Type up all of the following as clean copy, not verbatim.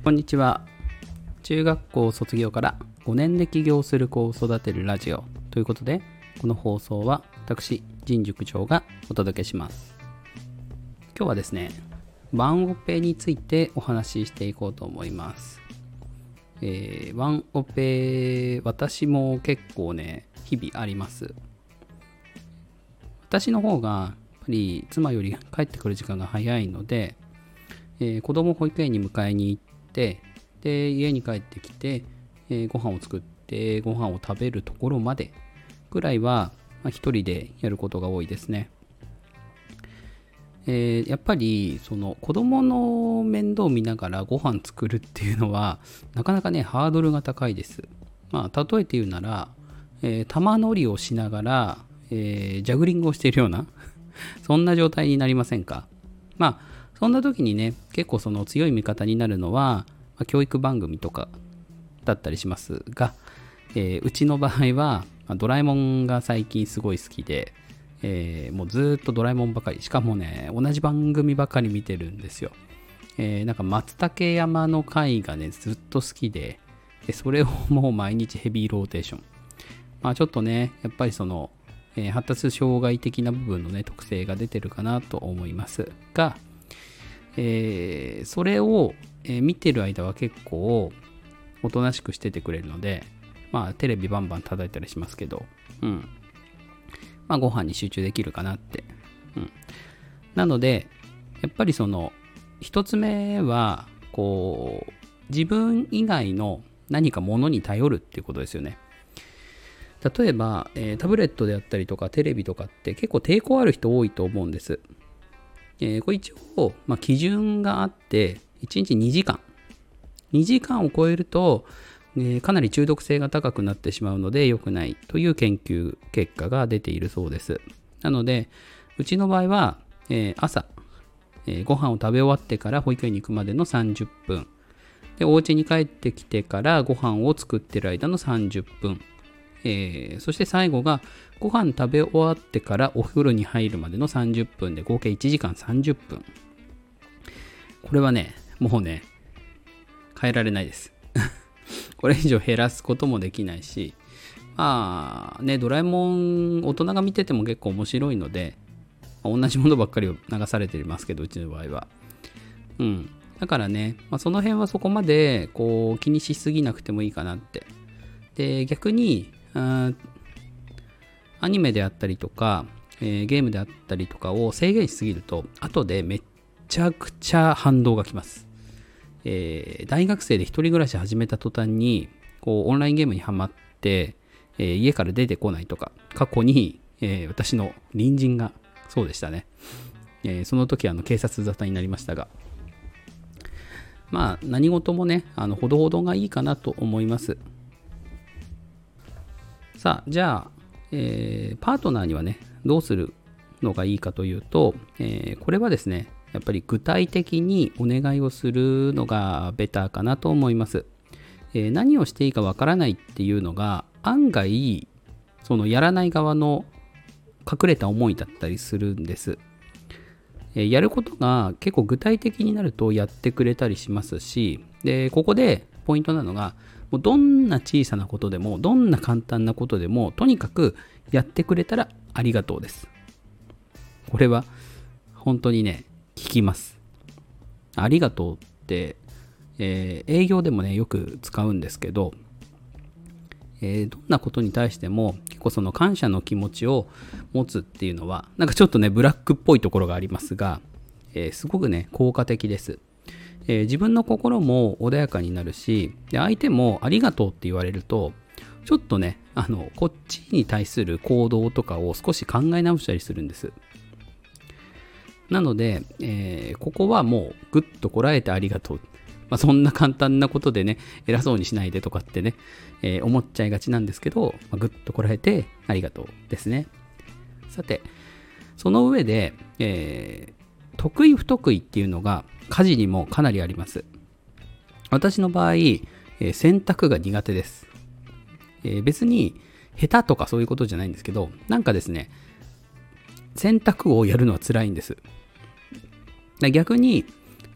こんにちは。中学校卒業から5年で起業する子を育てるラジオということで、この放送は私陣塾長がお届けします。今日はですね、ワンオペについてお話ししていこうと思います。ワンオペ、私も結構ね日々あります。私の方がやっぱり妻より帰ってくる時間が早いので、子供を保育園に迎えに行って、で家に帰ってきて、ご飯を作ってご飯を食べるところまでぐらいは、一人でやることが多いですね。やっぱりその子供の面倒を見ながらご飯作るっていうのはなかなかねハードルが高いです。例えて言うなら、玉乗りをしながら、ジャグリングをしているようなそんな状態になりませんか。そんな時にね結構その強い味方になるのは、教育番組とかだったりしますが、うちの場合はドラえもんが最近すごい好きで、もうずっとドラえもんばかり、しかもね同じ番組ばかり見てるんですよ。なんか松茸山の回がねずっと好きで、それをもう毎日ヘビーローテーション。ちょっとねやっぱりその、発達障害的な部分のね特性が出てるかなと思いますが、それを、見てる間は結構おとなしくしててくれるので、テレビバンバン叩いたりしますけど、ご飯に集中できるかなって。なのでやっぱりその一つ目はこう自分以外の何かものに頼るっていうことですよね。例えば、タブレットであったりとかテレビとかって結構抵抗ある人多いと思うんです。これ一応、基準があって1日2時間を超えると、かなり中毒性が高くなってしまうので良くないという研究結果が出ているそうです。なのでうちの場合は、朝、ご飯を食べ終わってから保育園に行くまでの30分で、お家に帰ってきてからご飯を作ってる間の30分、そして最後がご飯食べ終わってからお風呂に入るまでの30分で合計1時間30分。これはねもうね変えられないですこれ以上減らすこともできないし、ドラえもん大人が見てても結構面白いので、同じものばっかりを流されてますけど、うちの場合はだからね、その辺はそこまでこう気にしすぎなくてもいいかなって。で逆にアニメであったりとか、ゲームであったりとかを制限しすぎると後でめっちゃくちゃ反動がきます。大学生で一人暮らし始めた途端にこうオンラインゲームにハマって、家から出てこないとか、過去に、私の隣人がそうでしたね。その時は警察沙汰になりましたが、何事もねほどほどがいいかなと思います。さあじゃあ、パートナーにはねどうするのがいいかというと、これはですねやっぱり具体的にお願いをするのがベターかなと思います。何をしていいかわからないっていうのが案外そのやらない側の隠れた思いだったりするんです。やることが結構具体的になるとやってくれたりしますし、でここでポイントなのが、もうどんな小さなことでもどんな簡単なことでもとにかくやってくれたらありがとうです。これは本当にね聞きます。ありがとうって、営業でもねよく使うんですけど、どんなことに対しても結構その感謝の気持ちを持つっていうのはなんかちょっとねブラックっぽいところがありますが、すごくね効果的です。自分の心も穏やかになるし、で相手もありがとうって言われるとちょっとねこっちに対する行動とかを少し考え直したりするんです。なので、ここはもうぐっとこらえてありがとう。そんな簡単なことでね偉そうにしないでとかってね、思っちゃいがちなんですけど、ぐっとこらえてありがとうですね。さてその上で、得意不得意っていうのが家事にもかなりあります。私の場合、洗濯が苦手です。別に下手とかそういうことじゃないんですけど、なんかですね洗濯をやるのは辛いんです。逆に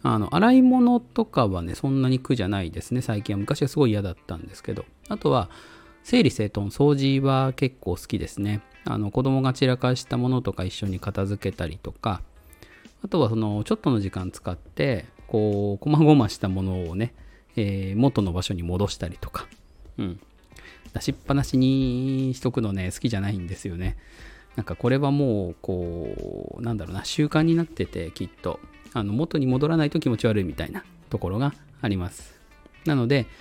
洗い物とかはね、そんなに苦じゃないですね、最近は。昔はすごい嫌だったんですけど。あとは、整理整頓、掃除は結構好きですね。子供が散らかしたものとか一緒に片付けたりとか、あとはちょっとの時間使って、こまごましたものをね、元の場所に戻したりとか、出しっぱなしにしとくのね、好きじゃないんですよね。なんかこれはもう、習慣になってて、きっと、元に戻らないと気持ち悪いみたいなところがあります。なので、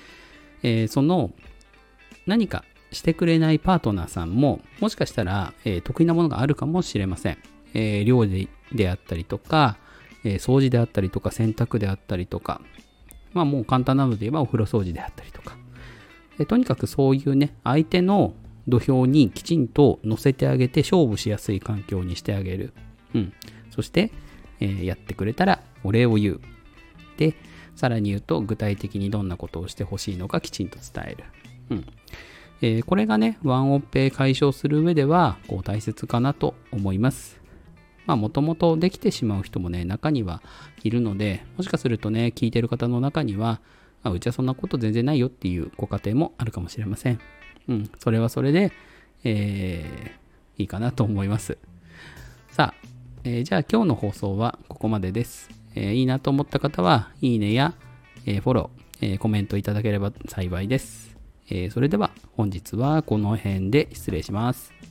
何かしてくれないパートナーさんも、もしかしたら、得意なものがあるかもしれません。料理であったりとか、掃除であったりとか、洗濯であったりとか、もう簡単なので言えばお風呂掃除であったりとか、とにかくそういうね、相手の土俵にきちんと乗せてあげて勝負しやすい環境にしてあげる。そして、やってくれたらお礼を言う。で、さらに言うと具体的にどんなことをしてほしいのかきちんと伝える。これがね、ワンオペ解消する上では大切かなと思います。もともとできてしまう人もね、中にはいるので、もしかするとね、聞いてる方の中には、うちはそんなこと全然ないよっていうご家庭もあるかもしれません。それはそれで、いいかなと思います。さあ、じゃあ今日の放送はここまでです。いいなと思った方は、いいねや、フォロー、コメントいただければ幸いです。それでは本日はこの辺で失礼します。